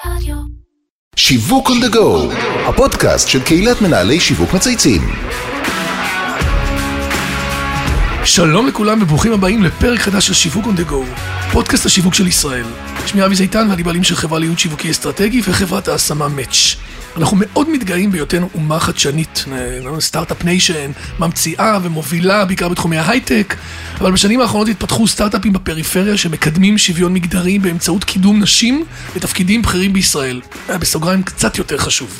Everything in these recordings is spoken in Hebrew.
שיווק on the go, הפודקאסט של קהילת מנהלי שיווק מצייצים. שלום לכולם וברוכים הבאים לפרק חדש של שיווק on the go, פודקאסט השיווק של ישראל. שמי אבי זיתן ואני בעלים של חברה לייעוץ שיווקי אסטרטגי וחברת ההשמה Match. אנחנו מאוד מתגאים בהיותנו אומה חדשנית, סטארט-אפ ניישן, ממציאה ומובילה בעיקר בתחומי ההייטק, אבל בשנים האחרונות התפתחו סטארט-אפים בפריפריה שמקדמים שוויון מגדרי באמצעות קידום נשים לתפקידים בכירים בישראל. בסוגריים קצת יותר חשוב.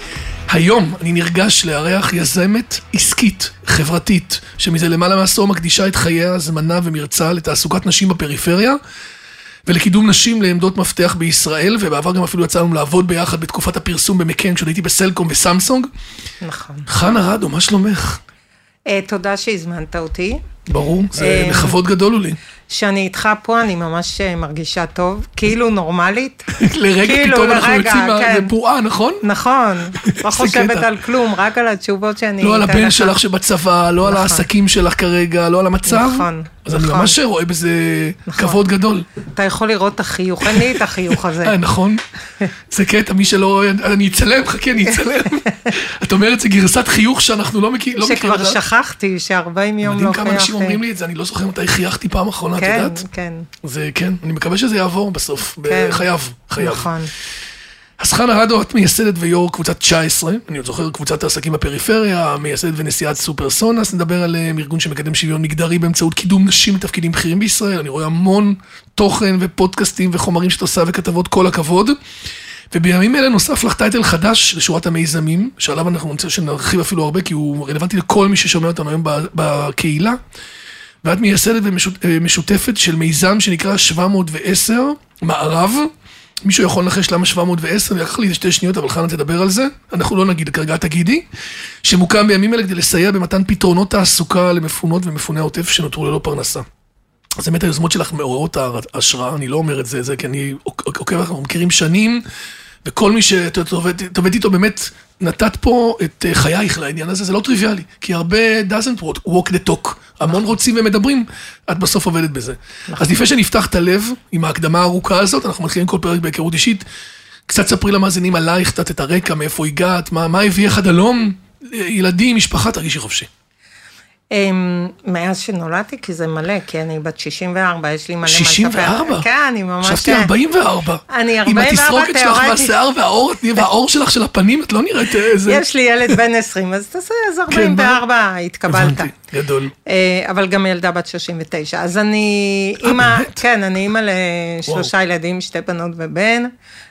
היום אני נרגש לארח יזמת עסקית, חברתית, שמזה למעלה מעשור מקדישה את חייה, זמנה ומרצה לתעסוקת נשים בפריפריה, ולקידום נשים לעמדות מפתח בישראל, ובעבר גם אפילו יצא לנו לעבוד ביחד בתקופת הפרסום במקן, כשהייתי בסלקום וסמסונג. נכון. חנה רדו, מה שלומך? תודה שהזמנת אותי. ברור, זה לכבוד גדול לי. שאני איתך פה, אני ממש מרגישה טוב, כאילו נורמלית. לרגע פתאום אנחנו יוצאים מהפועה, נכון? נכון, לא חושבת על כלום, רק על התשובות שאני... לא על הבן שלך שבצבא, לא על העסקים שלך כרגע, לא על המצב. נכון. אז אני ממש רואה בזה כבוד גדול. אתה יכול לראות את החיוך, אין לי את החיוך הזה. נכון. זה קטע, מי שלא רואה, אני אצלם, חכה, אני אצלם. את אומרת, זה גרסת חיוך שאנחנו לא מכירים. שכבר שכחתי, ש40 יום לא מדהים כמה אנשים אומרים לי את זה, אני לא זוכר מתי חייכתי פעם אחרונה, את יודעת? כן. זה כן, אני מקווה שזה יעבור בסוף, חייב. נכון. אז חנה רדו, את מייסדת ויו"ר קבוצת 19, אני עוד זוכר קבוצת העסקים בפריפריה, מייסדת ונשיאת סופרסונס, נדבר על ארגון שמקדם שוויון מגדרי באמצעות קידום נשים לתפקידים בכירים בישראל, אני רואה המון תוכן ופודקאסטים וחומרים שאת עושה וכתבות, כל הכבוד, ובימים אלה נוסף לך טייטל חדש לשורת המיזמים, שעליו אנחנו רוצה שנרחיב אפילו הרבה, כי הוא רלוונטי לכל מי ששומע אותנו היום בקהילה, ואת מייסדת ומשותפת של מיזם שנקרא 710 מערב, מישהו יכול לנחש למה 710, לקח לי 2 שניות, אבל חנה תדבר על זה, אנחנו לא נגיד, כרגע תגידי, שמוקם בימים אלה כדי לסייע במתן פתרונות תעסוקה למפונות ומפוני העוטף שנותרו ללא פרנסה. אז באמת היוזמות שלך מעוררות ההשראה, אני לא אומר את זה, כי אני עוקב, אנחנו מכירים שנים, וכל מי שתובד איתו באמת נתת פה את חייך לעניין הזה, זה לא טריוויאלי, כי הרבה doesn't walk the talk, המון רוצים ומדברים, את בסוף עובדת בזה. אז לפני שנפתח את הלב עם ההקדמה הארוכה הזאת, אנחנו מתחילים כל פרק בהיכרות אישית, קצת ספרי למאזינים עלייך, קצת את הרקע, מאיפה הגעת, מה הביא לך הלום, ילדים, משפחה, תרגישי חופשי. מאז שנולדתי, כי זה מלא, כי אני בת 64, יש לי מלא 64? כן, אני ממש... חשבתי 44. אני 44 עם התסרוקת שלך והשיער והאור שלך של הפנים, את לא נראית איזה... יש לי ילד בן 20, אז תעשה, אז 44 התקבלת. הבנתי, גדול. אבל גם ילדה בת 39. אז אני אימא, כן, אני אימא ל3 ילדים, 2 בנות ובן.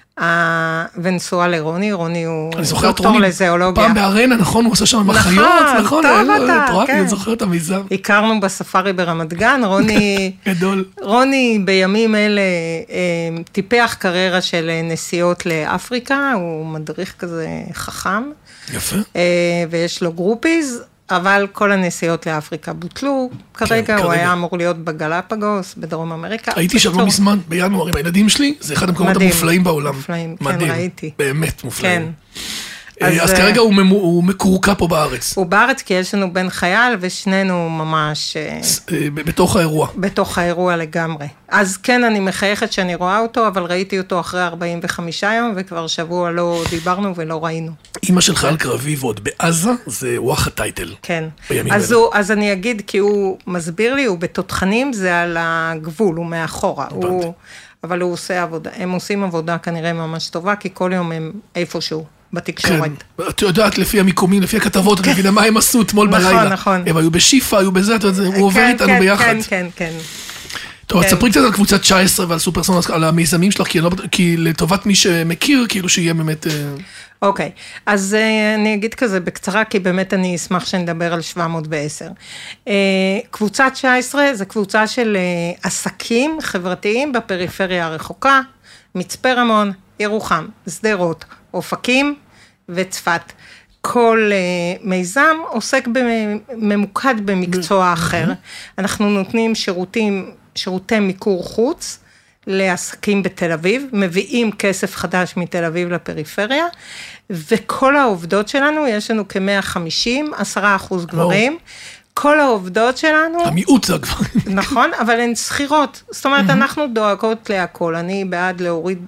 ונשואה לרוני, רוני הוא דוקטור לזיאולוגיה. פעם בארנה, נכון, הוא עושה שם מחיות, נכון, אני זוכר את המיזם. הכרנו בספארי ברמת גן, גדול. רוני בימים אלה טיפח קריירה של נסיעות לאפריקה, הוא מדריך כזה חכם. יפה. ויש לו גרופיז, אבל כל הנסיעות לאפריקה בוטלו, כרגע הוא היה אמור להיות בגלאפגוס, בדרום אמריקה. הייתי שם לא מזמן, בינואר עם הילדים שלי, זה אחד המקומות המופלאים בעולם. מופלאים, כן, ראיתי. באמת מופלאים. אז כרגע הוא מקורקע פה בארץ. הוא בארץ כי יש לנו בן חייל ושנינו ממש... בתוך האירוע. בתוך האירוע לגמרי. אז כן, אני מחייכת שאני רואה אותו, אבל ראיתי אותו אחרי 45 יום, וכבר שבוע לא דיברנו ולא ראינו. אמא של חייל קרבי ועוד בעזה, זה וואחד טייטל. כן. אז אני אגיד, כי הוא מסביר לי, הוא בתותחנים, זה על הגבול, הוא מאחורה. אבל הוא עושה עבודה, הם עושים עבודה כנראה ממש טובה, כי כל יום הם איפשהו. בתקשורת. כן, את יודעת, לפי המיקומים, לפי הכתבות, את מבינה מה הם עשו אתמול בלילה. נכון. הם היו בשיפה, היו בזה, הוא עובר איתנו ביחד. כן. טוב, אז ספרי קצת על קבוצת 19 ועל סופרסונס, על המיזמים שלך, כי לטובת מי שמכיר, כאילו שיהיה באמת... אוקיי, אז אני אגיד כזה בקצרה, כי באמת אני אשמח שנדבר על 710. קבוצת 19 זה קבוצה של עסקים חברתיים בפריפריה הרחוקה, מצפה רמון, ירוחם, שדרות, אופקים וצפת. כל מיזם עוסק ממוקד במקצוע אחר. אנחנו נותנים שירותי מיקור חוץ לעסקים בתל אביב, מביאים כסף חדש מתל אביב לפריפריה, וכל העובדות שלנו, יש לנו כ-150, 10% גברים, כל העובדות שלנו... המיעוט זה הגברים. נכון, אבל הן שכירות. זאת אומרת, אנחנו דואגות להכל. אני בעד להוריד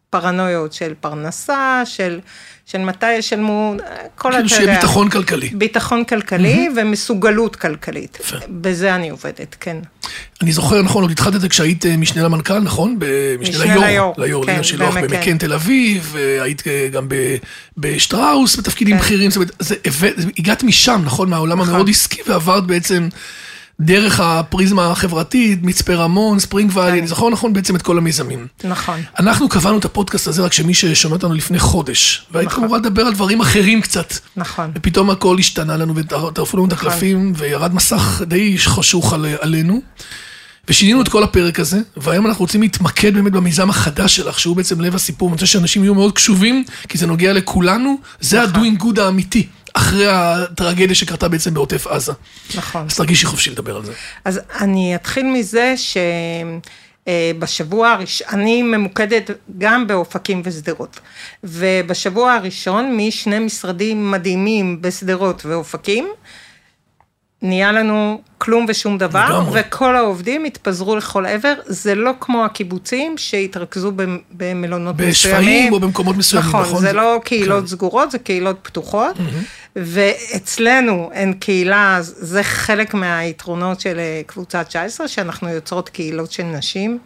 פרנויות של פרנסה, של מתי ישלמו, כל כאילו שיהיה ביטחון כלכלי. ביטחון כלכלי ומסוגלות כלכלית. בזה אני עובדת, כן. אני זוכר, נכון, עוד התחלת את זה כשהיית משנה למנכ"ל, נכון? משנה ליו"ר, כן, שלוח במקן תל אביב, והיית גם בשטראוס, בתפקידים בכירים, זאת אומרת, הגעת משם, נכון? מהעולם המאוד עסקי, ועברת בעצם דרך הפריזמה החברתית, מצפה רמון, ספרינג ואלי, אני זוכר נכון בעצם את כל המיזמים. נכון. אנחנו קבענו את הפודקאסט הזה רק שמי ששומע אותנו לפני חודש, והיית כמובן לדבר על דברים אחרים קצת. נכון. ופתאום הכל השתנה לנו, וטרפו לנו את הקלפים, וירד מסך די חשוך עלינו, ושינינו את כל הפרק הזה, והיום אנחנו רוצים להתמקד באמת במיזם החדש שלך, שהוא בעצם לב הסיפור, אני רוצה שאנשים יהיו מאוד קשובים, כי זה נוגע לכולנו, זה ה-doing good האמיתי. אחרי הטרגדיה שקרתה בעצם בעוטף עזה. נכון. אז תרגישי חופשי לדבר על זה. אז אני אתחיל מזה שבשבוע הראשון, אני ממוקדת גם באופקים וסדרות, ובשבוע הראשון, משני משרדים מדהימים בסדרות ואופקים, נהיה לנו כלום ושום דבר, וכל העובדים התפזרו לכל עבר, זה לא כמו הקיבוצים שהתרכזו במלונות מסוימים. בשפעים או במקומות מסוימים, נכון? נכון, זה לא קהילות סגורות, זה קהילות פתוחות, ואצלנו אין קהילה, זה חלק מהיתרונות של קבוצת 19, שאנחנו יוצרות קהילות של נשים,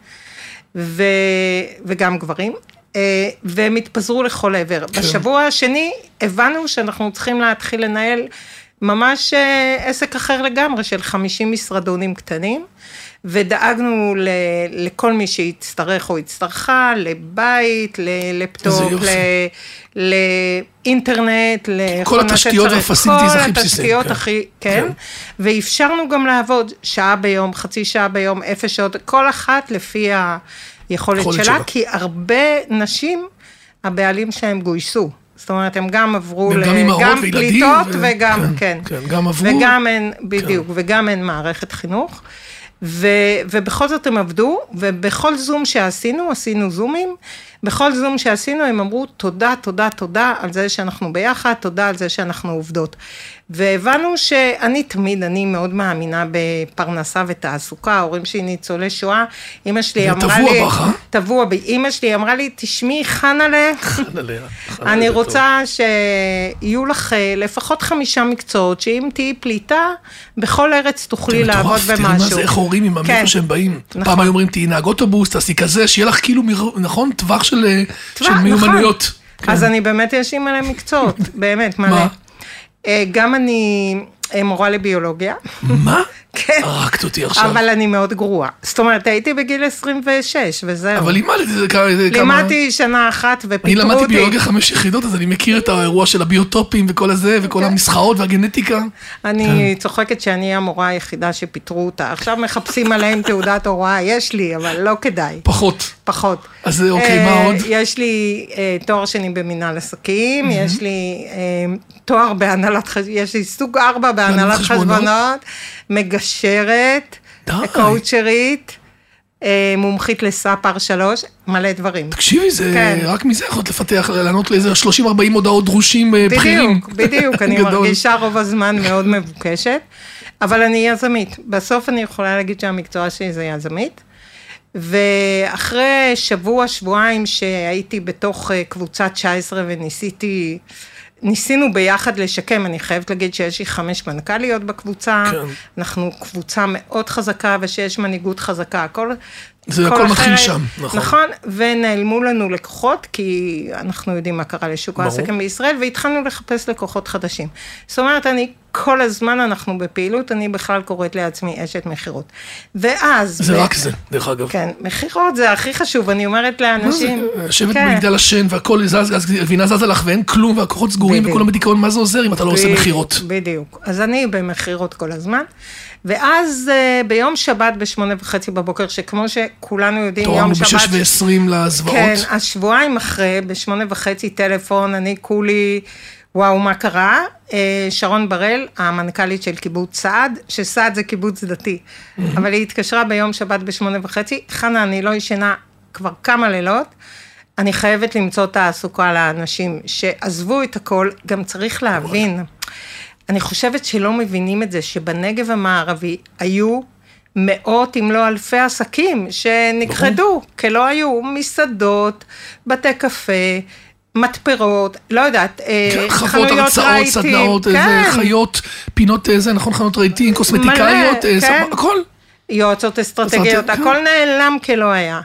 וגם גברים, והם התפזרו לכל עבר. בשבוע השני הבנו שאנחנו צריכים להתחיל לנהל ממש עסק אחר לגמרי, של 50 משרדונים קטנים, ודאגנו לכל מי שיצטרך או יצטרכה, לבית, לפטופ, לאינטרנט, כל התשתיות והפסיליטיז הכי בסיסיים. כל התשתיות הכי, כן, ואפשרנו גם לעבוד שעה ביום, חצי שעה ביום, 0 שעות, כל אחת לפי היכולת שלה, כי הרבה נשים, הבעלים שלהם גויסו. זאת אומרת, הם גם עברו גם פליטות וגם, כן, גם עברו. וגם אין, בדיוק, וגם אין מערכת חינוך, ובכל זאת הם עבדו, ובכל זום שעשינו, עשינו זומים, בכל זום שעשינו הם אמרו תודה, תודה, תודה על זה שאנחנו ביחד, תודה על זה שאנחנו עובדות. והבנו שאני תמיד, אני מאוד מאמינה בפרנסה ותעסוקה, ההורים שלי ניצולי שואה, אמא שלי אמרה לי, טבוע בי, אמא שלי אמרה לי, תשמעי חנלה, אני רוצה שיהיו לך לפחות 5 מקצועות, שאם תהיי פליטה, בכל ארץ תוכלי לעבוד במשהו. תראי מה זה, איך הורים עם המאיפה שהם באים. פעם היו אומרים, תהי נהג אוטובוס, תעשי כזה, שיהיה לך כאילו, נכון, טווח של מיומנויות. אז אני באמת יש לי מלא מקצועות, באמת מלא. גם אני מורה לביולוגיה. מה? כן. הרגת אותי עכשיו. אבל אני מאוד גרועה. זאת אומרת, הייתי בגיל 26, וזהו. אבל לימדתי כמה... לימדתי שנה אחת ופיתרו אותי. אני למדתי ביולוגיה 5 יחידות, אז אני מכיר את האירוע של הביוטופים וכל הזה, וכל המסחרות והגנטיקה. אני צוחקת שאני המורה היחידה שפיתרו אותה. עכשיו מחפשים עליהם תעודת הוראה, יש לי, אבל לא כדאי. פחות. אז אוקיי, מה עוד? יש לי תואר שני במנהל עסקים, יש לי תואר בהנהלת חשבונות, יש לי סוג 4 בהנהלת חשבונות, מגשרת, קואוצ'רית, מומחית לספר 3, מלא דברים. תקשיבי, זה רק מזה יכולת לפתח, לענות לאיזה 30-40 הודעות דרושים בכירים. בדיוק, אני מרגישה רוב הזמן מאוד מבוקשת, אבל אני יזמית. בסוף אני יכולה להגיד שהמקצוע שלי זה יזמית, ואחרי שבועיים שהייתי בתוך קבוצת 19 ניסינו ביחד לשקם, אני חייבת להגיד שיש לי 5 מנכ"ליות בקבוצה, אנחנו קבוצה מאוד חזקה ושיש מנהיגות חזקה, זה הכל מתחיל שם, נכון, ונעלמו לנו לקוחות, כי אנחנו יודעים מה קרה לשוק העסקים בישראל, והתחלנו לחפש לקוחות חדשים. זאת אומרת, כל הזמן אנחנו בפעילות, אני בכלל קוראת לעצמי אשת מחירות. ואז... זה רק זה, דרך אגב. כן, מחירות זה הכי חשוב, אני אומרת לאנשים... לשבת במגדל השן, והכל זז, גבינה זזה לך, ואין כלום, והכוחות סגורים, וכולם בדיכאון, מה זה עוזר אם אתה לא עושה מחירות? בדיוק. אז אני במחירות כל הזמן, ואז ביום שבת ב8:30 בבוקר, שכמו שכולנו יודעים, יום שבת... תורנו ב6:20 לזוועות. כן, אז שבועיים אחרי, ב8:30 טלפון, אני כולי, וואו, מה קרה? שרון בראל, המנכ"לית של קיבוץ סעד, שסעד זה קיבוץ דתי, אבל היא התקשרה ביום שבת ב8:30, חנה, אני לא ישנה כבר כמה לילות, אני חייבת למצוא תעסוקה לאנשים שעזבו את הכל, גם צריך להבין, אני חושבת שלא מבינים את זה, שבנגב המערבי היו מאות אם לא אלפי עסקים שנכחדו, כי לא היו מסעדות, בתי קפה, מתפרות, לא יודעת, חוות הרצאות, סדנאות, חיות, פינות, נכון, חנות רהיטים, קוסמטיקאיות, הכל. יועצות אסטרטגיות, הכל נעלם כלא היה.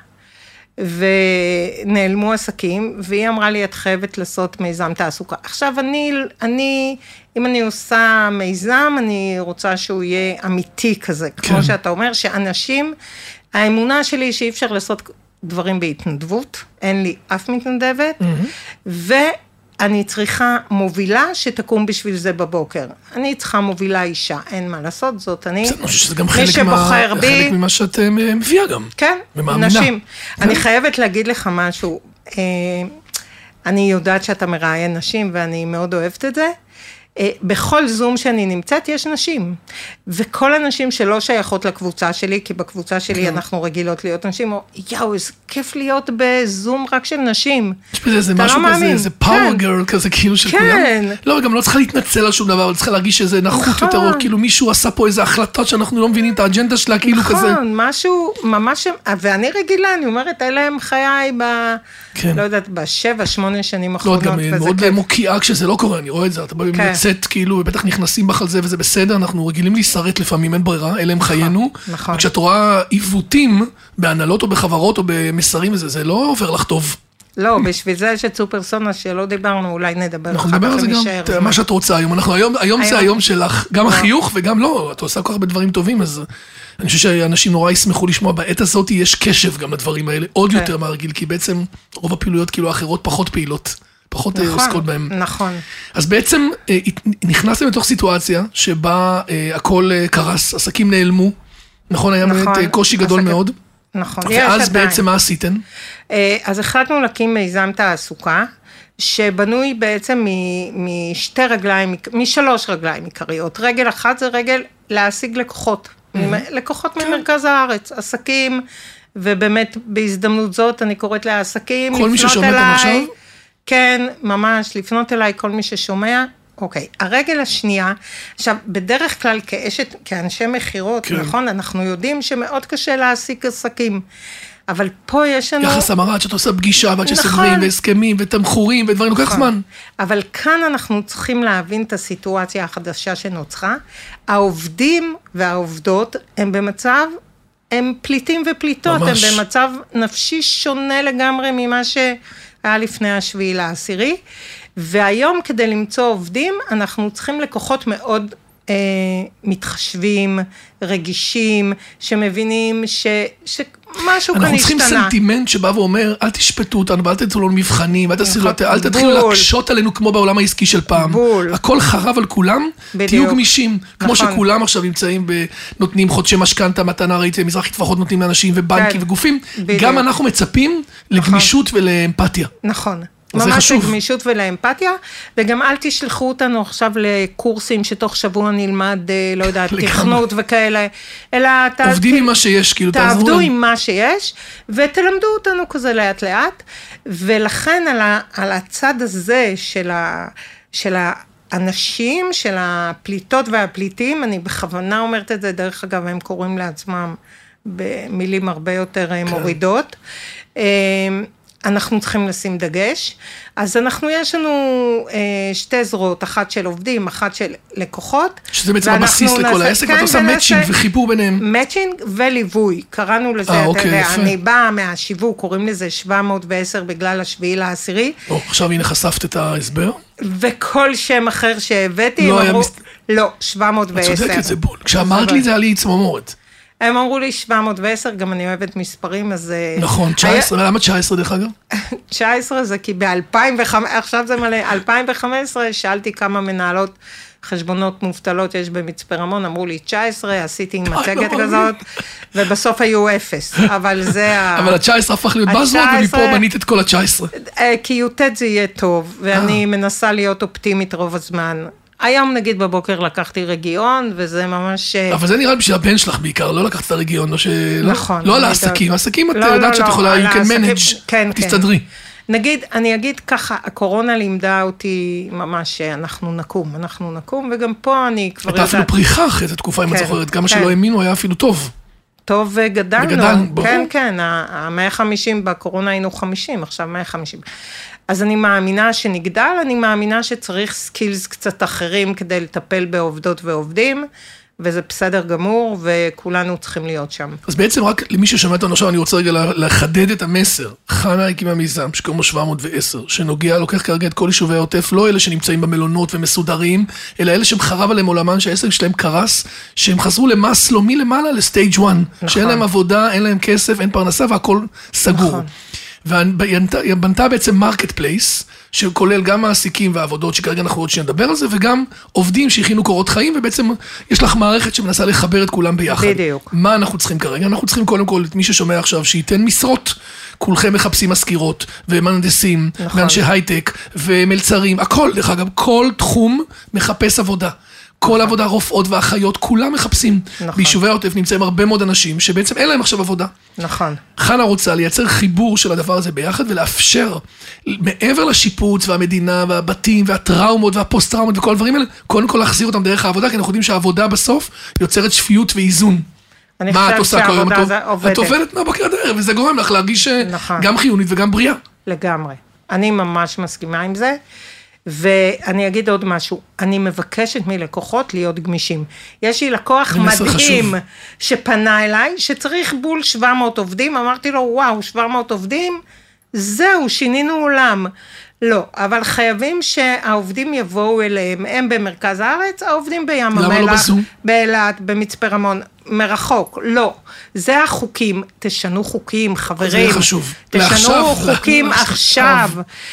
ונעלמו עסקים, והיא אמרה לי, את חייבת לעשות מיזם תעסוקה. עכשיו, אם אני עושה מיזם, אני רוצה שהוא יהיה אמיתי כזה, כמו שאתה אומר, שאנשים, האמונה שלי היא שאי אפשר לעשות דברים בהתנדבות, אין לי אף מתנדבת, ואני צריכה מובילה שתקום בשביל זה בבוקר. אני צריכה מובילה אישה, אין מה לעשות, זאת אני. אני חושב שזה גם חלק ממה שאת מביאה גם. כן, נשים. אני חייבת להגיד לך משהו, אני יודעת שאתה מראיין נשים, ואני מאוד אוהבת את זה, בכל זום שאני נמצאת יש נשים, וכל הנשים שלא שייכות לקבוצה שלי, כי בקבוצה שלי אנחנו רגילות להיות נשים, או יאו, איזה כיף להיות בזום רק של נשים. יש בזה איזה משהו כזה, איזה פאוור גרל כזה, כאילו של כולם. לא, גם לא צריכה להתנצל על שום דבר, אבל צריכה להרגיש איזה נחות יותר, או כאילו מישהו עשה פה איזה החלטות שאנחנו לא מבינים את האג'נדה שלה, כאילו כזה. נכון, משהו ממש, ואני רגילה, אני אומרת, אלה הם חיי לא יודעת, ב7-8 שנים אחרונות. לא, גם מאוד מוקיעה כשזה לא קורה, אני רואה את זה, אתה בא לצאת, כאילו, ובטח נכנסים בך על זה, וזה בסדר, אנחנו רגילים להישרט לפעמים, אין ברירה, אלה הם חיינו. וכשאת רואה עיוותים בהנהלות או בחברות או במסרים, זה לא עובר לך טוב. לא, בשביל זה יש את סופרסונה שלא דיברנו, אולי נדבר. אנחנו נדבר על זה גם, מה שאת רוצה היום. היום זה היום שלך, גם החיוך וגם לא, את עושה כל כך הרבה דברים טובים, אז אני חושב שאנשים נורא ישמחו לשמוע, בעת הזאת יש קשב גם לדברים האלה, עוד יותר מהרגיל, כי בעצם רוב הפעילויות כאילו האחרות פחות פעילות, פחות עוסקות בהם. נכון. אז בעצם נכנסתם לתוך סיטואציה שבה הכל קרס, עסקים נעלמו, נכון, היה באמת קושי גדול מאוד. נכון. ואז בעצם מה עשיתם? אז החלטנו להקים מיזם תעסוקה, שבנוי בעצם משלוש רגליים עיקריות. רגל אחת זה רגל להשיג לקוחות. לקוחות ממרכז הארץ, עסקים, ובאמת בהזדמנות זאת אני קוראת לעסקים. כל מי ששומע אותם עכשיו? כן, ממש, לפנות אליי כל מי ששומע. אוקיי, הרגל השנייה, עכשיו, בדרך כלל כאנשי מחירות, נכון? אנחנו יודעים שמאוד קשה להעסיק עסקים, אבל פה יש לנו... יחס המרת, שאת עושה פגישה, ועד שסוגרים, והסכמים, ותמחורים, ודברים, לוקח זמן. אבל כאן אנחנו צריכים להבין את הסיטואציה החדשה שנוצרה. העובדים והעובדות הם במצב, הם פליטים ופליטות, הם במצב נפשי שונה לגמרי ממה שהיה לפני 7/10, והיום כדי למצוא עובדים, אנחנו צריכים לקוחות מאוד מתחשבים, רגישים, שמבינים שמשהו כאן השתנה. אנחנו צריכים סנטימנט שבא ואומר, אל תשפטו אותנו, ואל תתנו לנו מבחנים, אל תתחילו להקשות עלינו כמו בעולם העסקי של פעם. הכל חרב על כולם, תהיו גמישים. כמו שכולם עכשיו נמצאים ונותנים חודשי משכנתא, מתנה, ראיתי, מזרחי טפחות נותנים לאנשים, ובנקים וגופים. גם אנחנו מצפים לגמישות ולאמפתיה. נכון. ממש לגמישות ולאמפתיה, וגם אל תשלחו אותנו עכשיו לקורסים שתוך שבוע נלמד, לא יודעת, תכנות וכאלה, אלא עובדים עם מה שיש, כאילו תעבדו עם מה שיש, ותלמדו אותנו כזה לאט לאט, ולכן על הצד הזה של האנשים, של הפליטות והפליטים, אני בכוונה אומרת את זה, דרך אגב, הם קוראים לעצמם במילים הרבה יותר מורידות, אנחנו צריכים לשים דגש, אז יש לנו שתי זרועות, אחת של עובדים, אחת של לקוחות. שזה בעצם הבסיס לכל העסק, ואתה עושה מאצ'ינג וחיבור ביניהם. מאצ'ינג וליווי, קראנו לזה, אני באה מהשיווק, קוראים לזה 710 בגלל 7/10. עכשיו הנה חשפת את ההסבר. וכל שם אחר שהבאתי, הם אמרו, לא, 710. את צודקת, זה בול. כשאמרת לי זה היה לי צמרמורת. הם אמרו לי 710, גם אני אוהבת מספרים, אז... נכון, 19, למה 19 דרך אגב? 19 זה כי ב-2005, עכשיו זה מלא, 2015, שאלתי כמה מנהלות חשבונות מובטלות יש במצפה רמון, אמרו לי 19, עשיתי מצגת כזאת, ובסוף היו 0, אבל זה אבל ה-19 הפך להיות בזוורד, ומפה בנית את כל ה-19. כי י"ט זה יהיה טוב, ואני מנסה להיות אופטימית רוב הזמן. היום נגיד בבוקר לקחתי רגיון, וזה ממש... אבל זה נראה בשביל הבן שלך בעיקר, לא לקחת את הרגיון, נכון. לא על העסקים, העסקים את יודעת שאת יכולה, you can manage, תסתדרי. נגיד, אני אגיד ככה, הקורונה לימדה אותי ממש שאנחנו נקום, וגם פה אני כבר... הייתה אפילו פריחה אחרי את התקופה, אם את זוכרת, כמה שלא האמינו, היה אפילו טוב. טוב וגדלנו. וגדלנו, ברור. כן, כן, ה-150 בקורונה היינו 50, עכשיו 150. אז אני מאמינה שנגדל, אני מאמינה שצריך סקילס קצת אחרים כדי לטפל בעובדות ועובדים, וזה בסדר גמור, וכולנו צריכים להיות שם. אז בעצם רק למי ששמע אותנו עכשיו, אני רוצה רגע לחדד את המסר. חנה הקימה מיזם שקוראים לו 710, שנוגע, לוקח כרגע את כל יישובי העוטף, לא אלה שנמצאים במלונות ומסודרים, אלא אלה שמחרב עליהם עולמן, שהעסק שלהם קרס, שהם חזרו למסלו מלמעלה לסטייג' 1, נכון. שאין להם עבודה, אין להם כסף, אין פרנסה, והכל סגור. נכון. ובנתה בעצם מרקט פלייס, שכולל גם מעסיקים ועבודות, שכרגע אנחנו עוד שנדבר על זה, וגם עובדים שהכינו קורות חיים, ובעצם יש לך מערכת שמנסה לחבר את כולם ביחד. בדיוק. מה אנחנו צריכים כרגע? אנחנו צריכים קודם כל את מי ששומע עכשיו, שייתן משרות. כולכם מחפשים מזכירות, ומהנדסים, נכון. ואנשי הייטק, ומלצרים, הכל, דרך אגב, כל תחום מחפש עבודה. כל עבודה, רופאות ואחיות, כולם מחפשים. נכון. ביישובי העוטף נמצאים הרבה מאוד אנשים שבעצם אין להם עכשיו עבודה. נכון. חנה רוצה לייצר חיבור של הדבר הזה ביחד ולאפשר, מעבר לשיפוץ והמדינה והבתים והטראומות והפוסט-טראומות וכל הדברים האלה, קודם כל להחזיר אותם דרך העבודה, כי אנחנו יודעים שהעבודה בסוף יוצרת שפיות ואיזון. מה את עושה כל היום? את עובדת מהבוקר עד הערב, וזה גורם לך להרגיש נכון. גם חיונית וגם בריאה. לגמרי. אני ממש מסכימה עם זה. ואני אגיד עוד משהו, אני מבקשת מלקוחות להיות גמישים. יש לי לקוח מדהים שפנה אליי, שצריך בול 700 עובדים, אמרתי לו, וואו, 700 עובדים, זהו, שינינו עולם. לא, אבל חייבים שהעובדים יבואו אליהם, הם במרכז הארץ, העובדים בים המלח, באילת, במצפה רמון, מרחוק, לא. זה החוקים, תשנו חוקים, חברים. זה חשוב. תשנו חוקים עכשיו.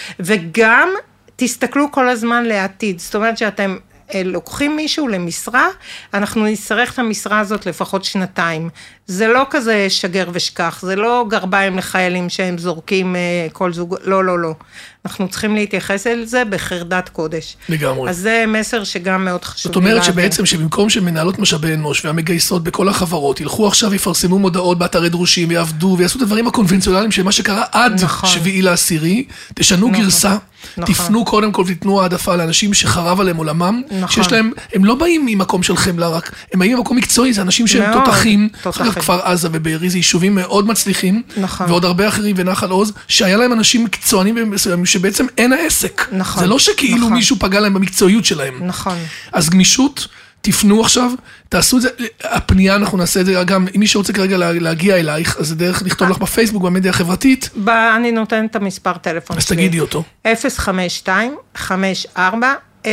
וגם תסתכלו כל הזמן לעתיד, זאת אומרת שאתם לוקחים מישהו למשרה, אנחנו נצטרך את המשרה הזאת לפחות 2. זה לא כזה שגר ושכח, זה לא גרביים לחיילים שהם זורקים כל זוג, לא, לא, לא. אנחנו צריכים להתייחס אל זה בחרדת קודש. לגמרי. אז זה מסר שגם מאוד חשוב. זאת אומרת שבעצם שבמקום שמנהלות משאבי אנוש והמגייסות בכל החברות, ילכו עכשיו ויפרסמו מודעות באתרי דרושים, ויעבדו ויעשו את הדברים הקונבנציונליים של מה שקרה עד 7/10, תשנו גרסה, תפנו קודם כל ותתנו העדפה לאנשים שחרב עליהם עולמם, שיש להם, הם לא באים ממקום של חמלה רק, הם באים ממקום מקצועי, זה אנשים שהם תותחים, כפר עזה ובארי, זה יישובים מאוד מצליחים, ועוד הרבה אחרים ונחל עוז, שהיה להם אנשים מקצוענים שבעצם אין העסק. זה לא שכאילו מישהו פגע להם במקצועיות שלהם. נכון. אז גמישות, תפנו עכשיו, תעשו את זה, הפנייה אנחנו נעשה את זה, גם אם מי שרוצה כרגע להגיע אלייך, אז זה דרך לכתוב לך בפייסבוק, במדיה החברתית. אני נותנת את המספר טלפון שלי. אז תגידי אותו. 052-54-000-77.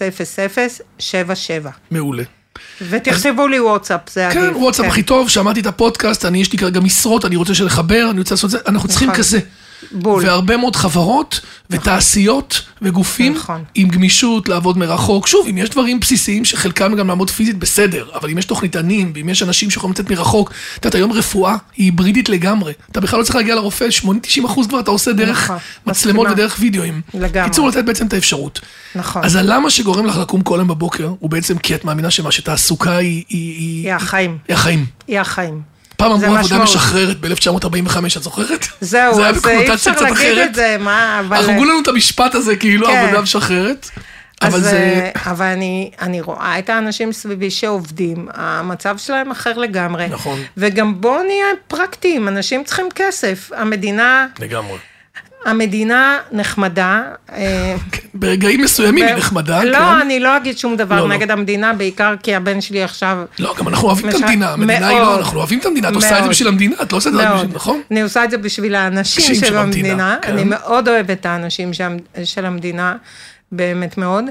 מעולה. ותכתבו לי וואטסאפ, זה עדיף. כן, וואטסאפ הכי טוב, שמעתי את הפודקאסט, יש לי כרגע משרות, אני רוצה לחבר, אני רוצה לעשות זה, אנחנו צריכים כזה. והרבה מאוד חברות ותעשיות וגופים עם גמישות לעבוד מרחוק. שוב, אם יש דברים בסיסיים שחלקם גם לעמוד פיזית בסדר, אבל אם יש תוכניתנים ואם יש אנשים שיכולים לצאת מרחוק, אתה יודעת, היום רפואה היא היברידית לגמרי. אתה בכלל לא צריך להגיע לרופא, 80-90% כבר אתה עושה דרך מצלמות ודרך וידאוים. קיצור, לתת בעצם את האפשרות. אז הלמה שגורם לך לקום כל יום בבוקר, הוא בעצם כי את מאמינה שמה שתעסוקה היא החיים. היא החיים. היא החיים. פעם אמרו עבודה משחררת ב-1945, את זוכרת? זהו, אז אי אפשר להגיד את זה, מה, אבל... אנחנו גולנו את המשפט הזה, כאילו עבודה משחררת, אבל זה... אבל אני רואה את האנשים סביבי שעובדים, המצב שלהם אחר לגמרי. נכון. וגם בוא נהיה פרקטיים, אנשים צריכים כסף, המדינה... לגמרי. המדינה נחמדה. ברגעים מסוימים היא נחמדה. לא, אני לא אגיד שום דבר נגד המדינה, בעיקר כי הבן שלי עכשיו... לא, גם אנחנו אוהבים את המדינה. המדינה היא לא, אנחנו אוהבים את המדינה. את עושה את זה בשביל המדינה, את לא עושה את זה בשביל, נכון? אני עושה את זה בשביל האנשים של המדינה. אני מאוד אוהבת את האנשים של המדינה. באמת מאוד,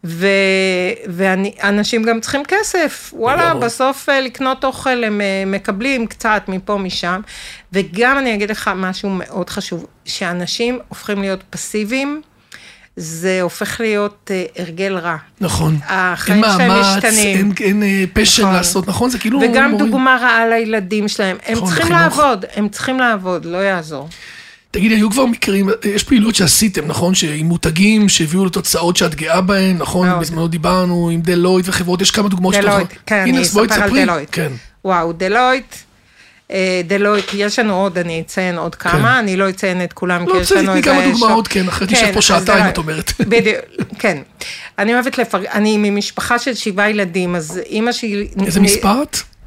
ואנשים גם צריכים כסף, וואלה, בסוף לקנות אוכל הם מקבלים קצת מפה משם, וגם אני אגיד לך משהו מאוד חשוב, שאנשים הופכים להיות פסיביים, זה הופך להיות הרגל רע. נכון. החיים שלהם משתנים. אין פשן לעשות, נכון? זה כאילו... וגם דוגמה רעה לילדים שלהם, הם צריכים לעבוד, הם צריכים לעבוד, לא יעזור. תגידי, היו כבר מקרים, יש פעילות שעשיתם, נכון? עם מותגים שהביאו לתוצאות שאת גאה בהן, נכון? בזמנו דיברנו עם דלויט וחברות, יש כמה דוגמאות שלך. דלויט, כן, אני אספר על דלויט. וואו, דלויט, יש לנו עוד, אני אציין עוד כמה, אני לא אציין את כולם, כי יש לנו איזה... כמה דוגמאות, כן, אחרי תשב פה שעתיים, את אומרת. בדיוק, כן. אני אוהבת אני ממשפחה של 7 ילדים, אז אמא שלי... איזה מספר את?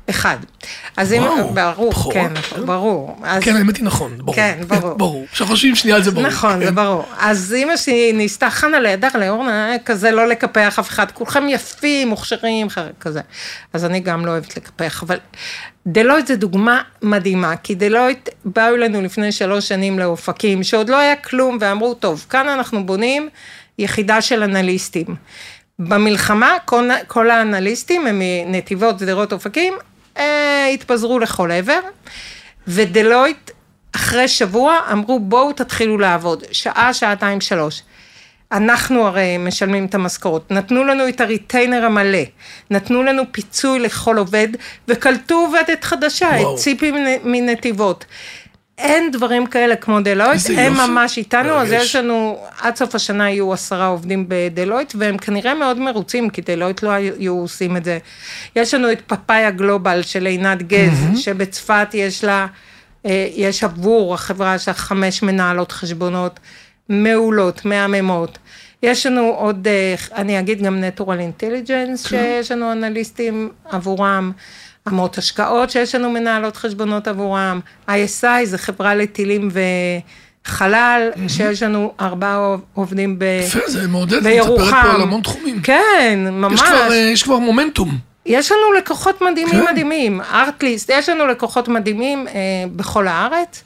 אחד. אז אם, ברור, כן, ברור. כן, האמת היא נכון, ברור. כן, ברור. ברור. כשחושבים שנייה על זה ברור. נכון, זה ברור. אז אמא שלי ניסתה חנה לידר לאורנה, כזה לא לקפח אף אחד, כולכם יפים, מוכשרים, כזה. אז אני גם לא אוהבת לקפח, אבל דלויט זה דוגמה מדהימה, כי דלויט באו אלינו לפני 3 שנים לאופקים, שעוד לא היה כלום, ואמרו, טוב, כאן אנחנו בונים יחידה של אנליסטים. במלחמה, כל האנליסטים הם מנתיבות, שדרות, אופקים, התפזרו לכל עבר, ודלויט אחרי שבוע אמרו בואו תתחילו לעבוד, שעה, שעתיים, 3. אנחנו הרי משלמים את המשכורת, נתנו לנו את הריטיינר המלא, נתנו לנו פיצוי לכל עובד, וקלטו עובדת חדשה, את ציפי מנתיבות. אין דברים כאלה כמו דלויט, הם ממש איתנו, אז יש לנו, עד סוף השנה יהיו 10 עובדים בדלויט, והם כנראה מאוד מרוצים, כי דלויט לא היו עושים את זה. יש לנו את פאפאיה גלובל של עינת גז, שבצפת יש לה, יש עבור החברה של 5 מנהלות חשבונות, מעולות, מהממות. יש לנו עוד, אני אגיד גם Natural Intelligence, שיש לנו אנליסטים עבורם, עמות השקעות שיש לנו מנהלות חשבונות עבורם, ISI זה חברה לטילים וחלל, שיש לנו 4 עובדים יפה, זה מעודד, בירוחם. מצפרת פה על המון תחומים. כן, ממש. יש כבר מומנטום. יש לנו לקוחות מדהימים מדהימים, ארטליסט, יש לנו לקוחות מדהימים בכל הארץ,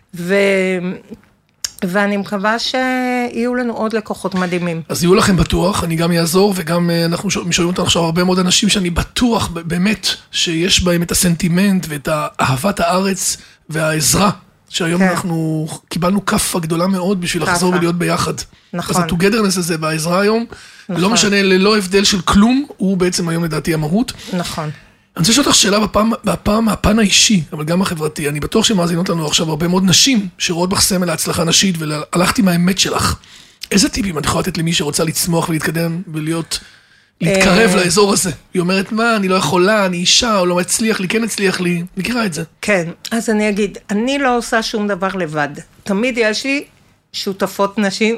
ואני מקווה שיהיו לנו עוד לקוחות מדהימים. אז יהיו לכם בטוח, אני גם אעזור, וגם אנחנו שומעים אותנו עכשיו הרבה מאוד אנשים שאני בטוח באמת שיש בהם את הסנטימנט ואת אהבת הארץ והעזרה, שהיום אנחנו קיבלנו כפה גדולה מאוד בשביל לחזור ולהיות ביחד. נכון. אז ה-togetherness הזה והעזרה היום, לא משנה, ללא הבדל של כלום, הוא בעצם היום לדעתי המהות. נכון. אני רוצה לשאול אותך שאלה מהפן האישי, אבל גם החברתי. אני בטוח שמאזינות לנו עכשיו הרבה מאוד נשים שרואות בך סמל להצלחה נשית, והלכתי מהאמת שלך. איזה טיפים את יכולה לתת למי שרוצה לצמוח ולהתקדם להתקרב לאזור הזה? היא אומרת, מה, אני לא יכולה, אני אישה, או לא הצליח לי, כן הצליח לי, מכירה את זה. כן, אז אני אגיד, אני לא עושה שום דבר לבד. תמיד יש לי שותפות נשים.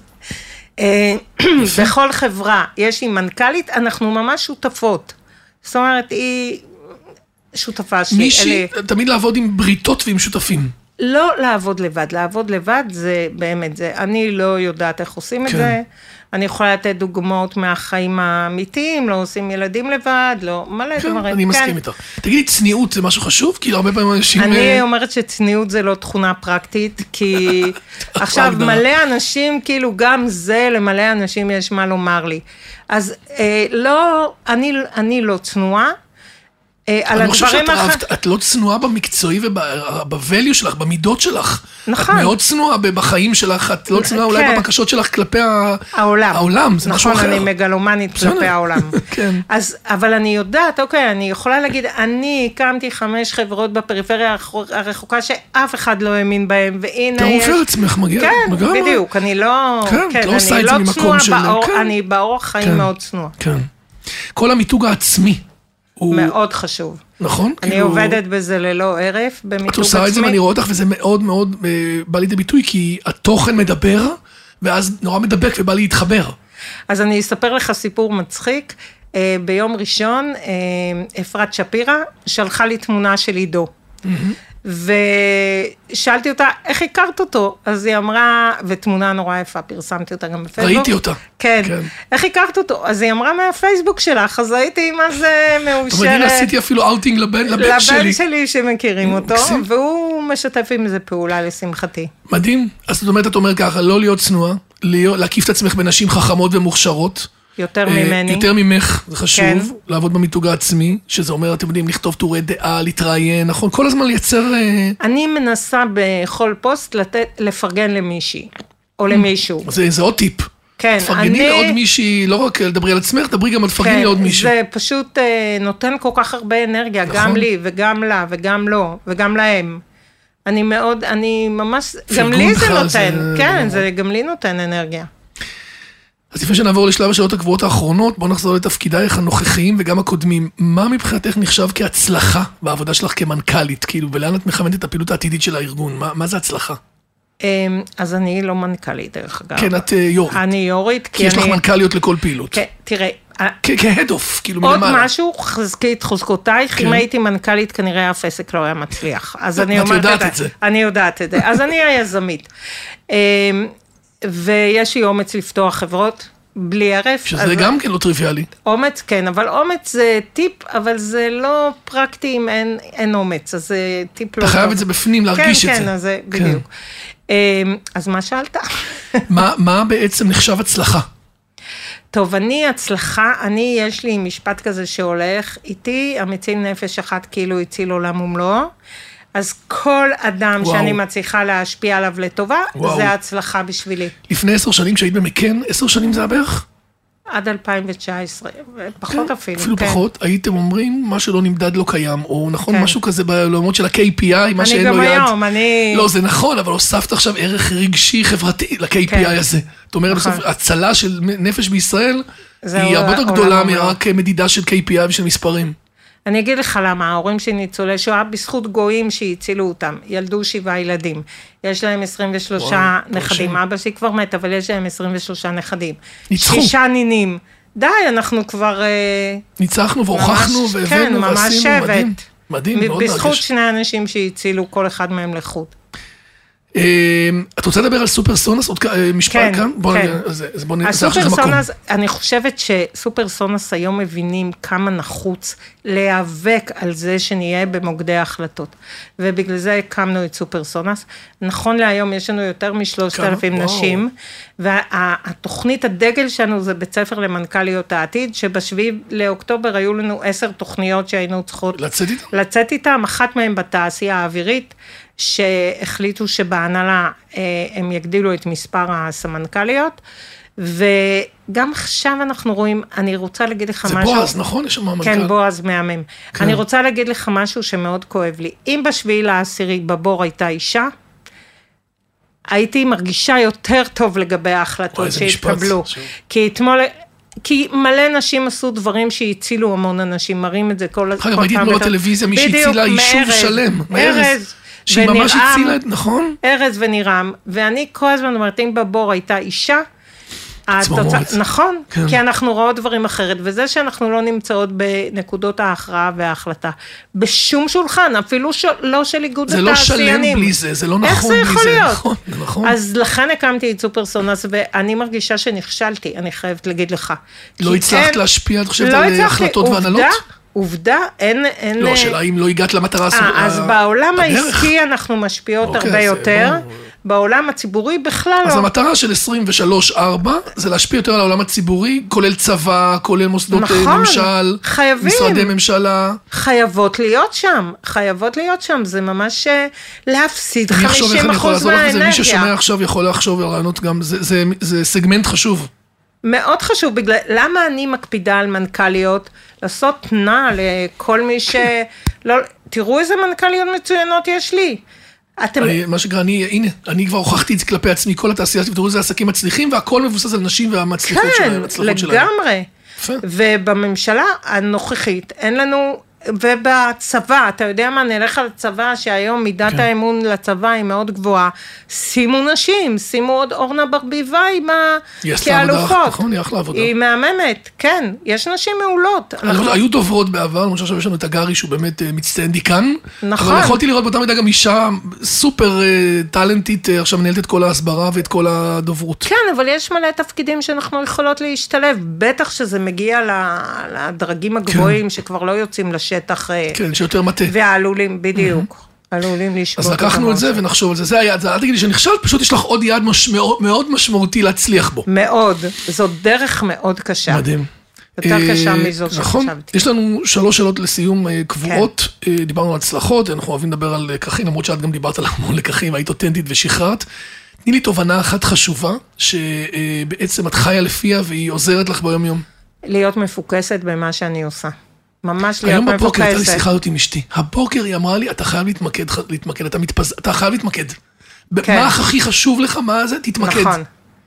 בכל חברה יש לי מנכ"לית, אנחנו ממש שותפות. זאת אומרת, היא שותפה שלי. מישהי, תמיד לעבוד עם בריתות ועם שותפים. לא לעבוד לבד, לעבוד לבד זה באמת זה, אני לא יודעת איך עושים את זה, אני יכולה לתת דוגמאות מהחיים האמיתיים, לא עושים ילדים לבד, לא, מלא דברים. אני מסכים איתך. תגידי, צניעות זה משהו חשוב? כאילו הרבה פעמים אנשים... אני אומרת שצניעות זה לא תכונה פרקטית, כי עכשיו מלא אנשים, כאילו גם זה למלא אנשים יש מה לומר לי. אז לא, אני לא צנועה, אני חושב שאת לא צנועה במקצועי ובvalue שלך, במידות שלך. נכון. את מאוד צנועה בחיים שלך, את לא צנועה אולי בבקשות שלך כלפי העולם, זה משהו אחר. נכון, אני מגלומנית כלפי העולם. כן. אבל אני יודעת, אוקיי, אני יכולה להגיד, אני הקמתי 5 חברות בפריפריה הרחוקה שאף אחד לא האמין בהם, והנה יש... תעוף על עצמך, מגיע. כן, בדיוק, אני לא... כן, לא עושה את זה ממקום של... אני באורח חיים מאוד צנועה. כן. כל המיתוג העצמי, מאוד חשוב. נכון? אני עובדת בזה ללא ערף, במיתוג עצמי. את עושה את זה ואני רואה אותך, וזה מאוד מאוד בא לידי ביטוי, כי התוכן מדבר, ואז נורא מדבק ובא להתחבר. אז אני אספר לך סיפור מצחיק. ביום ראשון, אפרת שפירא שלחה לי תמונה של עידו. ושאלתי אותה, איך הכרת אותו? אז היא אמרה, ותמונה נורא יפה, פרסמתי אותה גם בפייסבוק. ראיתי אותה. כן. איך הכרת אותו? אז היא אמרה מהפייסבוק שלך, אז הייתי מה זה מאושרת. אבל אני עשיתי אפילו אאוטינג לבן שלי. לבן שלי שמכירים אותו, והוא משתף עם זה פעולה לשמחתי. מדהים. אז זאת אומרת, את אומרת ככה, לא להיות צנועה, להקיף את עצמך בנשים חכמות ומוכשרות. יותר ממני. יותר ממך, זה חשוב, לעבוד במיתוג העצמי, שזה אומר, אתם יודעים, לכתוב טורי דעה, להתראיין, נכון? כל הזמן לייצר... אני מנסה בכל פוסט לפרגן למישהי, או למישהו. זה עוד טיפ. כן, תפרגני לעוד מישהי, לא רק לדברי על עצמך, דברי גם על תפרגני לעוד מישהי. זה פשוט נותן כל כך הרבה אנרגיה, גם לי, וגם לה, וגם לו, וגם להם. אני מאוד, אני ממש, גם לי זה נותן, כן, זה גם לי נותן אנרגיה. אז לפני שנעבור לשלב השאלות הקבועות האחרונות, בואו נחזור לתפקידייך הנוכחיים וגם הקודמים. מה מבחינתך נחשב כהצלחה בעבודה שלך כמנכ"לית, כאילו, ולאן את מכוונת את הפעילות העתידית של הארגון? מה זה הצלחה? אז אני לא מנכ"לית, דרך אגב. כן, את יורית. אני יורית, כי יש לך מנכ"ליות לכל פעילות. כן, תראה, כהד-אוף, כאילו עוד מלמעלה. משהו, חזקי את חוזקותייך, אם הייתי מנכ"לית, כנראה אף עסק לא היה מצליח. אז אני את יודעת את זה. אני יודעת את זה. אז אני היזמית. ויש לי אומץ לפתוח חברות, בלי ערף. שזה גם כן לא טריוויאלי. אומץ, כן, אבל אומץ זה טיפ, אבל זה לא פרקטי אם אין אומץ, אז זה טיפ לא... אתה חייב את זה בפנים, להרגיש את זה. כן, אז זה בדיוק. אז מה שאלת? מה בעצם נחשב הצלחה? טוב, יש לי משפט כזה שהולך, איתי המציל נפש אחת כאילו הציל עולם ומלואו, אז כל אדם שאני מצליחה להשפיע עליו לטובה, זה ההצלחה בשבילי. לפני 10 שנים כשהיית במקן, 10 שנים זה הבערך? עד 2019, פחות אפילו. אפילו פחות, הייתם אומרים, מה שלא נמדד לא קיים, או נכון, משהו כזה בעולמות של ה-KPI, מה שאין לו יד. אני גם היום, לא, זה נכון, אבל הוספת עכשיו ערך רגשי חברתי ל-KPI הזה. זאת אומרת, הצלה של נפש בישראל, היא הרבה יותר גדולה מרק מדידה של KPI ושל מספרים. אני אגיד לך למה, ההורים שלי ניצולי שואה, בזכות גויים שהצילו אותם, ילדו 7 ילדים, יש להם 23 נכדים, אבא שלי כבר מת, אבל יש להם 23 נכדים. ניצחו. 6 נינים. די, אנחנו כבר... ניצחנו והוכחנו והבאנו ועשינו, מדהים. מדהים, מאוד מרגש. בזכות 2 אנשים שהצילו כל אחד מהם לחוד. את רוצה לדבר על סופרסונוס? עוד משפט כאן? כן. הסופרסונוס, אני חושבת שסופרסונוס היום מבינים כמה נחוץ להיאבק על זה שנהיה במוקדי ההחלטות. ובגלל זה הקמנו את סופרסונוס. נכון להיום יש לנו יותר מ3,000 נשים, והתוכנית הדגל שלנו זה בית ספר למנכ"ליות העתיד, שב7 לאוקטובר היו לנו 10 תוכניות שהיינו צריכות לצאת איתן, אחת מהן בתעשייה האווירית, שהחליטו שבהנהלה הם יגדילו את מספר הסמנכ"ליות, וגם עכשיו אנחנו רואים, אני רוצה להגיד לך משהו... זה בועז, נכון? יש שם המנכ"ל. כן, בועז מהמם. כן. אני רוצה להגיד לך משהו שמאוד כואב לי. אם ב7/10 בבור הייתה אישה, הייתי מרגישה יותר טוב לגבי ההחלטות שהתקבלו. כי מלא נשים עשו דברים שהצילו המון אנשים, מראים את זה כל פעם. הייתי אתמול בטלוויזיה, מי שהצילה יישוב שלם. ארז. שהיא ממש הצילה, נכון? ארז ונירם, ואני כל הזמן אומרת, אם בבור הייתה אישה, נכון, כי אנחנו רואות דברים אחרת, וזה שאנחנו לא נמצאות בנקודות ההכרעה וההחלטה, בשום שולחן, אפילו לא של איגוד התעשיינים. זה לא שלם בלי זה, זה לא נכון בלי זה. איך זה יכול להיות? אז לכן הקמתי את סופרסונוס, ואני מרגישה שנכשלתי, אני חייבת להגיד לך. לא הצלחת להשפיע, את חושבת על החלטות והנהלות? עובדה, אין... לא, שאלה אם לא הגעת למטרה... אז בעולם העסקי אנחנו משפיעות הרבה יותר, בעולם הציבורי בכלל לא. אז המטרה של 23-4 זה להשפיע יותר על העולם הציבורי, כולל צבא, כולל מוסדות ממשל, משרדי ממשלה. חייבות להיות שם, זה ממש להפסיד 50% מהאנרגיה. מי ששומע עכשיו יכול לחשוב על רעיונות גם, זה סגמנט חשוב. מאוד חשוב, למה אני מקפידה על מנכ"ליות, לעשות תנע לכל מי תראו איזה מנכ"ליות מצוינות יש לי. מה שקרה, הנה, אני כבר הוכחתי את זה כלפי עצמי, כל התעשייה, ותראו איזה עסקים מצליחים, והכל מבוסס על נשים והמצליחות שלהם, כן, לגמרי. ובממשלה הנוכחית, אין לנו... ובצבא, אתה יודע מה, נלך על הצבא, שהיום מידת האמון לצבא היא מאוד גבוהה, שימו נשים, שימו עוד אורנה ברביבאי כאלופות. נכון, היא אחלה עבודה. היא מהממת, כן, יש נשים מעולות. היו דוברות בעבר, למשל עכשיו יש לנו את הגרי, שהוא באמת מצטיין דיקן, נכון. אבל יכולתי לראות באותה מידה גם אישה סופר טלנטית, עכשיו מנהלת את כל ההסברה ואת כל הדוברות. כן, אבל יש מלא תפקידים שאנחנו יכולות להשתלב, בטח שזה מגיע לדרגים הגבוהים, שכבר לא יוצאים שטח... כן, שיותר מטה. והעלולים, בדיוק. עלולים לשבות. אז לקחנו את זה ונחשוב על זה. זה היעד, אל תגידי שנכשל, פשוט יש לך עוד יעד מאוד משמעותי להצליח בו. מאוד. זאת דרך מאוד קשה. מדהים. יותר קשה מזאת נכון. שחשבתי. יש לנו 3 שאלות לסיום קבועות. דיברנו על הצלחות, אנחנו אוהבים לדבר על לקחים, למרות שאת גם דיברת על המון לקחים, היית אותנטית ושחררת. תני לי תובנה אחת חשובה, שבעצם את חיה לפיה והיא עוזרת לך ביום יום. להיות מפוקסת במה שאני עושה. ממש להיות מפוקסת. היום בבוקר הייתה לי שיחה הזאת עם אשתי. הבוקר היא אמרה לי, אתה חייב להתמקד, אתה חייב להתמקד. מה הכי חשוב לך, מה זה? תתמקד. נכון.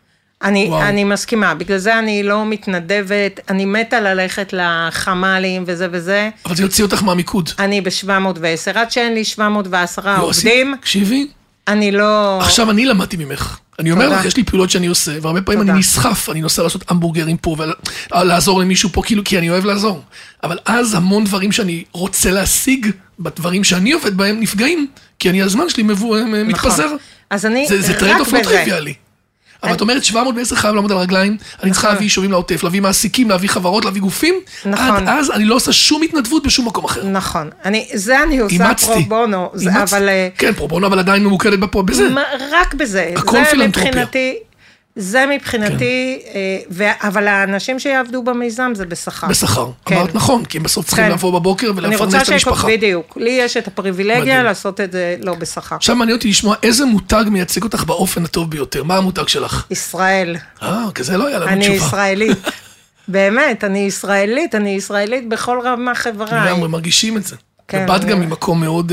אני מסכימה, בגלל זה אני לא מתנדבת, אני מתה ללכת לחמלים וזה וזה. אבל זה יוציא אותך מהמיקוד. אני ב-710, עד שאין לי 710 עובדים. קשיבי. אני לא... עכשיו אני למדתי ממך. אני אומר לך, יש לי פעולות שאני עושה, והרבה פעמים אני נסחף, אני נוסע לעשות המבורגרים פה, ולעזור למישהו פה, כאילו, כי אני אוהב לעזור. אבל אז המון דברים שאני רוצה להשיג, בדברים שאני עובד בהם, נפגעים, כי הזמן שלי מתפזר. אז אני זה טרייד אוף לא טריוויאלי. אבל את אומרת 710 חייב לעמוד על רגליים, אני צריכה להביא יישובים לעוטף, להביא מעסיקים, להביא חברות, להביא גופים, עד אז אני לא עושה שום התנדבות בשום מקום אחר. נכון, זה אני עושה פרו-בונו, אבל... כן, פרו-בונו, אבל עדיין ממוקדת בזה. רק בזה. הכל פילנתרופיה. זה מבחינתי, אבל האנשים שיעבדו במיזם זה בשכר. בשכר, אמרת נכון, כי הם בסוף צריכים לבוא בבוקר ולפרנס את המשפחה. בדיוק, לי יש את הפריבילגיה לעשות את זה לא בשכר. עכשיו מעניין אותי לשמוע איזה מותג מייצג אותך באופן הטוב ביותר, מה המותג שלך? ישראל. כזה לא היה לנו תשובה. אני ישראלית, באמת, אני ישראלית בכל רמה חברה. אנחנו מרגישים את זה. ובאת גם ממקום מאוד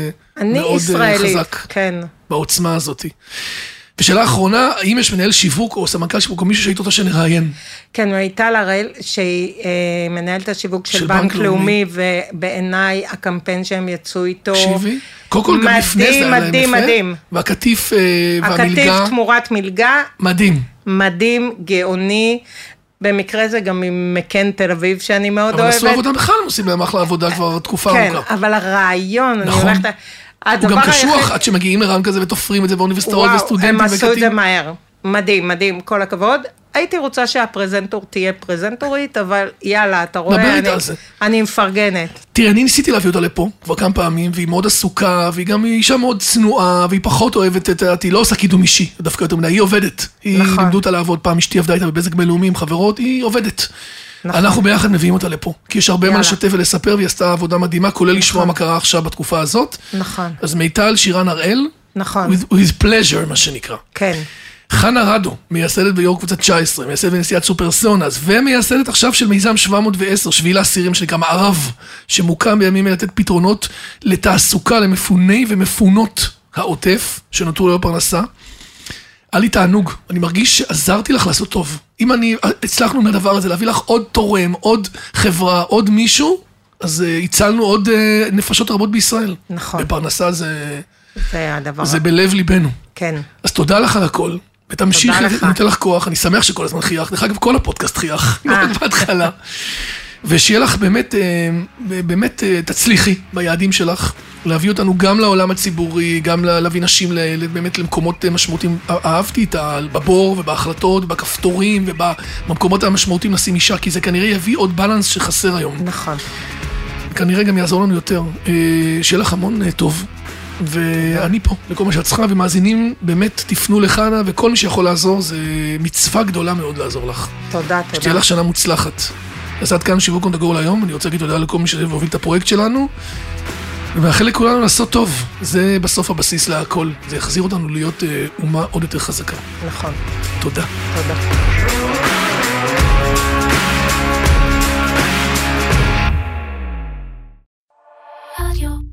חזק. בעוצמה הזאת. ושאלה האחרונה, האם יש מנהל שיווק או סמנכ"ל שיווק או מישהו שהיית אותה שנראיין? כן, הייתה לראל שהיא מנהלת השיווק של בנק לאומי, ובעיניי הקמפיין שהם יצאו איתו... תקשיבי, קודם כל גם לפני זה היה להם יפה. מדהים. והקטיף והמלגה... הקטיף תמורת מלגה. מדהים. מדהים, גאוני. במקרה זה גם עם מקן תל אביב, שאני מאוד אוהבת. אבל עשו עבודה בכלל, הם עושים להם אחלה עבודה כבר תקופה ארוכה. כן, אבל הרעיון, נכון. הוא גם קשוח עד שמגיעים לרעיון כזה ותופרים את זה באוניברסיטאות וסטודנטים וואו, הם עשו את זה מהר. מדהים, מדהים, כל הכבוד. הייתי רוצה שהפרזנטור תהיה פרזנטורית, אבל יאללה, אתה רואה, אני מפרגנת. תראה, אני ניסיתי להביא אותה לפה כבר כמה פעמים, והיא מאוד עסוקה, והיא גם אישה מאוד צנועה, והיא פחות אוהבת את... היא לא עושה קידום אישי, דווקא יותר מדי, היא עובדת. היא לימדו אותה לעבוד, פעם אשתי עבדה איתה בבזק בינלאומי עם חברות, היא עובדת. אנחנו ביחד מביאים אותה לפה, כי יש הרבה מה לשתף ולספר, והיא עשתה עבודה מדהימה, כולל לשמוע מה קרה עכשיו בתקופה הזאת. נכון. אז מיטל שירן הראל, נכון. with pleasure, מה שנקרא. כן. חנה רדו, מייסדת ביו"ר קבוצת 19, מייסדת בנשיאת סופרסונס, ומייסדת עכשיו של מיזם 710, שביל האסירים שנקרא מערב, שמוקם בימים אלה לתת פתרונות לתעסוקה למפוני ומפונות העוטף, שנותרו ללא פרנסה. היה לי תענוג, אני מרגיש שעזרתי לך לעשות טוב. אם הצלחנו מהדבר הזה להביא לך עוד תורם, עוד חברה, עוד מישהו, אז הצלנו עוד נפשות רבות בישראל. נכון. בפרנסה זה הדבר. זה בלב ליבנו. כן. אז תודה לך על הכל. ותמשיך, ניתן לך כוח, אני שמח שכל הזמן חייך, דרך אגב כל הפודקאסט חייך, בהתחלה. ושיהיה לך באמת תצליחי ביעדים שלך, להביא אותנו גם לעולם הציבורי, גם להביא נשים באמת למקומות משמעותיים. אהבתי בבור ובהחלטות, בכפתורים ובמקומות המשמעותיים לשים אישה, כי זה כנראה יביא עוד בלנס שחסר היום. נכון. כנראה גם יעזור לנו יותר. שיהיה לך המון טוב. ואני פה, לכל מה שאת צריכה, ומאזינים באמת תפנו לחנה, וכל מי שיכול לעזור, זה מצווה גדולה מאוד לעזור לך. תודה. שתהיה לך שנה מוצלחת. אז עד כאן שיווק on the go להיום, אני רוצה להגיד תודה לכל מי שהוביל את הפרויקט שלנו, ומאחל לכולנו לעשות טוב, זה בסוף הבסיס להכל, זה יחזיר אותנו להיות אומה עוד יותר חזקה. נכון. תודה. תודה.